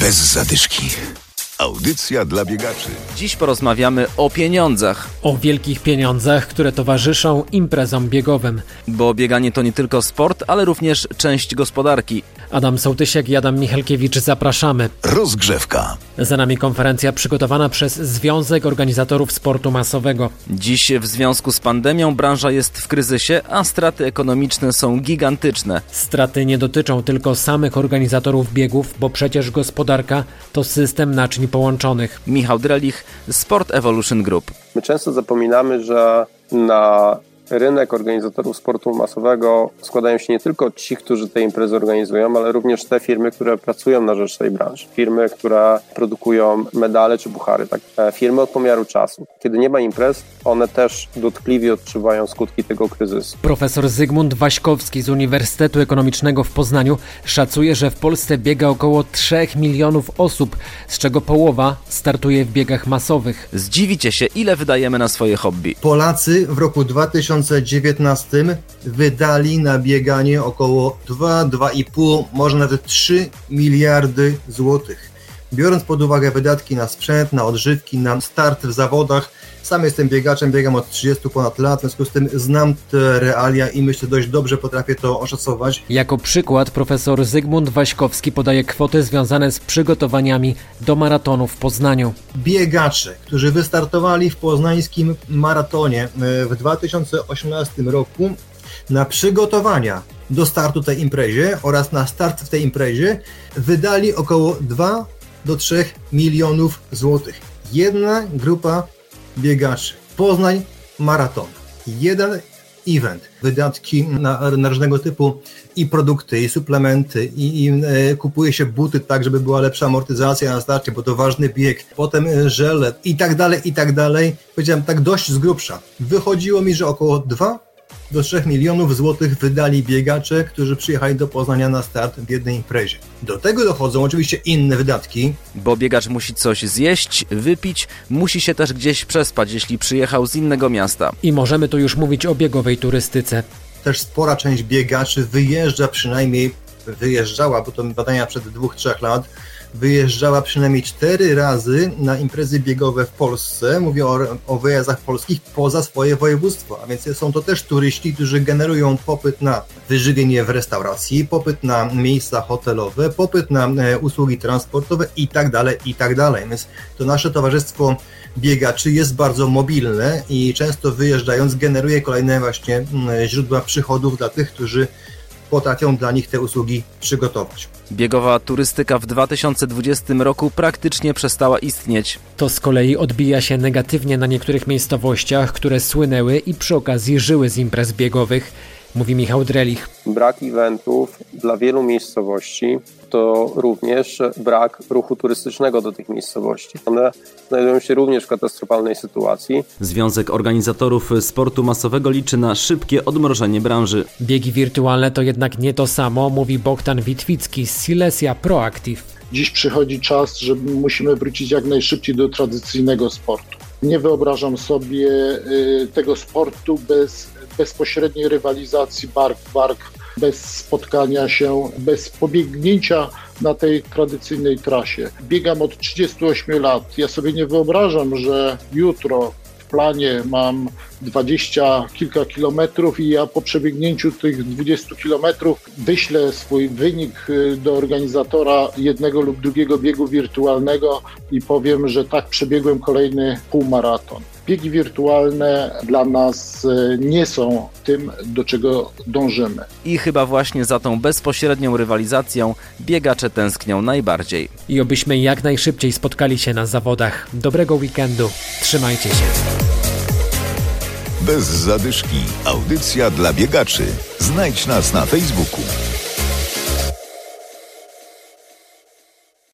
Bez zadyszki. Audycja dla biegaczy. Dziś porozmawiamy o pieniądzach. O wielkich pieniądzach, które towarzyszą imprezom biegowym. Bo bieganie to nie tylko sport, ale również część gospodarki. Adam Sołtysiak i Adam Michalkiewicz, zapraszamy. Rozgrzewka. Za nami konferencja przygotowana przez Związek Organizatorów Sportu Masowego. Dziś w związku z pandemią branża jest w kryzysie, a straty ekonomiczne są gigantyczne. Straty nie dotyczą tylko samych organizatorów biegów, bo przecież gospodarka to system naczyń połączonych. Michał Drelich, Sport Evolution Group. My często zapominamy, że na rynek organizatorów sportu masowego składają się nie tylko ci, którzy te imprezy organizują, ale również te firmy, które pracują na rzecz tej branży. Firmy, które produkują medale czy puchary. Tak? Firmy od pomiaru czasu. Kiedy nie ma imprez, one też dotkliwie odczuwają skutki tego kryzysu. Profesor Zygmunt Waśkowski z Uniwersytetu Ekonomicznego w Poznaniu szacuje, że w Polsce biega około 3 milionów osób, z czego połowa startuje w biegach masowych. Zdziwicie się, ile wydajemy na swoje hobby. Polacy w roku 2019 wydali na bieganie około 2,5, może nawet 3 miliardy złotych. Biorąc pod uwagę wydatki na sprzęt, na odżywki, na start w zawodach, sam jestem biegaczem, biegam od 30 ponad lat, w związku z tym znam te realia i myślę, dość dobrze potrafię to oszacować. Jako przykład profesor Zygmunt Waśkowski podaje kwoty związane z przygotowaniami do maratonu w Poznaniu. Biegacze, którzy wystartowali w poznańskim maratonie w 2018 roku, na przygotowania do startu tej imprezie oraz na start w tej imprezie wydali około 2 do 3 milionów złotych. Jedna grupa biegaczy. Poznań maraton. Jeden event. Wydatki na różnego typu i produkty, i suplementy, i kupuje się buty tak, żeby była lepsza amortyzacja na starcie, bo to ważny bieg. Potem żele i tak dalej, i tak dalej. Powiedziałem tak dość z grubsza. Wychodziło mi, że około 2 do 3 milionów złotych wydali biegacze, którzy przyjechali do Poznania na start w jednej imprezie. Do tego dochodzą oczywiście inne wydatki. Bo biegacz musi coś zjeść, wypić, musi się też gdzieś przespać, jeśli przyjechał z innego miasta. I możemy tu już mówić o biegowej turystyce. Też spora część biegaczy wyjeżdżała, bo to badania przed 2-3 lat, wyjeżdżała przynajmniej 4 razy na imprezy biegowe w Polsce. Mówię o wyjazdach polskich poza swoje województwo, a więc są to też turyści, którzy generują popyt na wyżywienie w restauracji, popyt na miejsca hotelowe, popyt na usługi transportowe i tak dalej. Więc to nasze towarzystwo biegaczy jest bardzo mobilne i często wyjeżdżając generuje kolejne właśnie źródła przychodów dla tych, którzy potrafią dla nich te usługi przygotować. Biegowa turystyka w 2020 roku praktycznie przestała istnieć. To z kolei odbija się negatywnie na niektórych miejscowościach, które słynęły i przy okazji żyły z imprez biegowych, mówi Michał Drelich. Brak eventów dla wielu miejscowości to również brak ruchu turystycznego do tych miejscowości. One znajdują się również w katastrofalnej sytuacji. Związek Organizatorów Sportu Masowego liczy na szybkie odmrożenie branży. Biegi wirtualne to jednak nie to samo, mówi Bogdan Witwicki z Silesia Proactive. Dziś przychodzi czas, że musimy wrócić jak najszybciej do tradycyjnego sportu. Nie wyobrażam sobie tego sportu bez bezpośredniej rywalizacji bark w bark, bez spotkania się, bez pobiegnięcia na tej tradycyjnej trasie. Biegam od 38 lat. Ja sobie nie wyobrażam, że jutro w planie mam 20 kilka kilometrów i ja po przebiegnięciu tych 20 kilometrów wyślę swój wynik do organizatora jednego lub drugiego biegu wirtualnego i powiem, że tak przebiegłem kolejny półmaraton. Biegi wirtualne dla nas nie są tym, do czego dążymy. I chyba właśnie za tą bezpośrednią rywalizacją biegacze tęsknią najbardziej. I obyśmy jak najszybciej spotkali się na zawodach. Dobrego weekendu. Trzymajcie się. Bez zadyszki. Audycja dla biegaczy. Znajdź nas na Facebooku.